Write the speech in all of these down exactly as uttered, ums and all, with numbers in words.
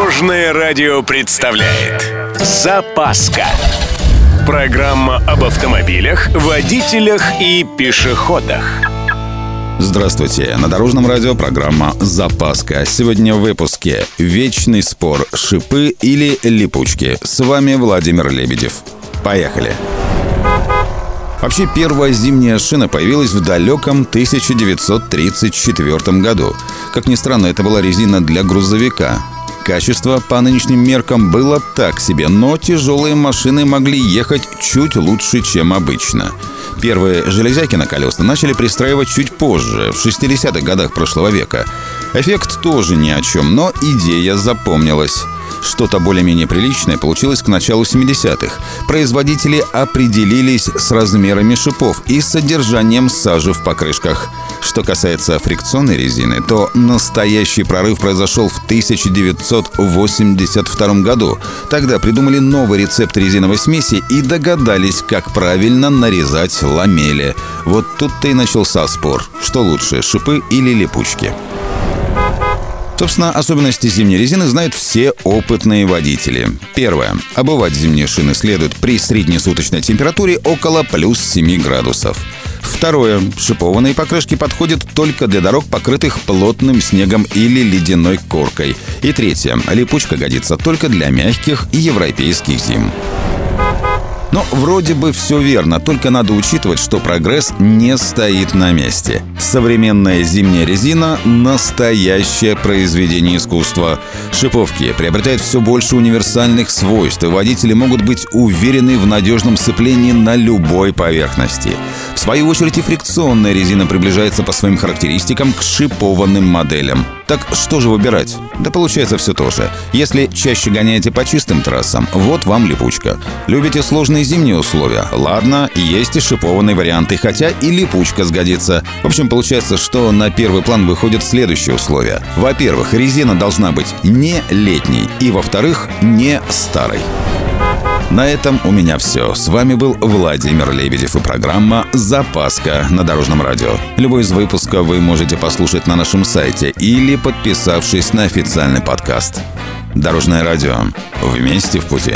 Дорожное радио представляет «Запаска». Программа об автомобилях, водителях и пешеходах. Здравствуйте! На Дорожном радио программа «Запаска». Сегодня в выпуске «Вечный спор. Шипы или липучки». С вами Владимир Лебедев. Поехали! Вообще, первая зимняя шина появилась в далеком тысяча девятьсот тридцать четвёртом году. Как ни странно, это была резина для грузовика. Качество по нынешним меркам было так себе, но тяжелые машины могли ехать чуть лучше, чем обычно. Первые железяки на колеса начали пристраивать чуть позже, в шестидесятых годах прошлого века. Эффект тоже ни о чем, но идея запомнилась. Что-то более-менее приличное получилось к началу семидесятых. Производители определились с размерами шипов и содержанием сажи в покрышках. Что касается фрикционной резины, то настоящий прорыв произошел в тысяча девятьсот восемьдесят втором году. Тогда придумали новый рецепт резиновой смеси и догадались, как правильно нарезать ламели. Вот тут-то и начался спор. Что лучше, шипы или липучки? Собственно, особенности зимней резины знают все опытные водители. Первое. Обувать зимние шины следует при среднесуточной температуре около плюс семи градусов. Второе. Шипованные покрышки подходят только для дорог, покрытых плотным снегом или ледяной коркой. И третье. Липучка годится только для мягких и европейских зим. Но вроде бы все верно, только надо учитывать, что прогресс не стоит на месте. Современная зимняя резина – настоящее произведение искусства. Шиповки приобретают все больше универсальных свойств, и водители могут быть уверены в надежном сцеплении на любой поверхности. В свою очередь и фрикционная резина приближается по своим характеристикам к шипованным моделям. Так что же выбирать? Да получается все то же. Если чаще гоняете по чистым трассам, вот вам липучка. Любите сложные зимние условия? Ладно, есть и шипованные варианты, хотя и липучка сгодится. В общем, получается, что на первый план выходят следующие условия. Во-первых, резина должна быть не летней, и во-вторых, не старой. На этом у меня все. С вами был Владимир Лебедев и программа «Запаска» на Дорожном радио. Любой из выпусков вы можете послушать на нашем сайте или подписавшись на официальный подкаст. Дорожное радио. Вместе в пути.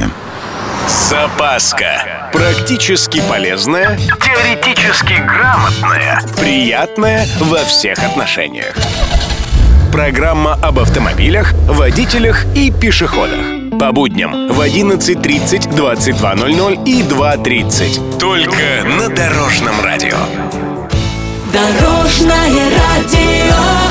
Запаска. Практически полезная, теоретически грамотная, приятная во всех отношениях. Программа об автомобилях, водителях и пешеходах. По будням в одиннадцать тридцать, двадцать два ноль ноль и два тридцать. Только на Дорожном радио. Дорожное радио.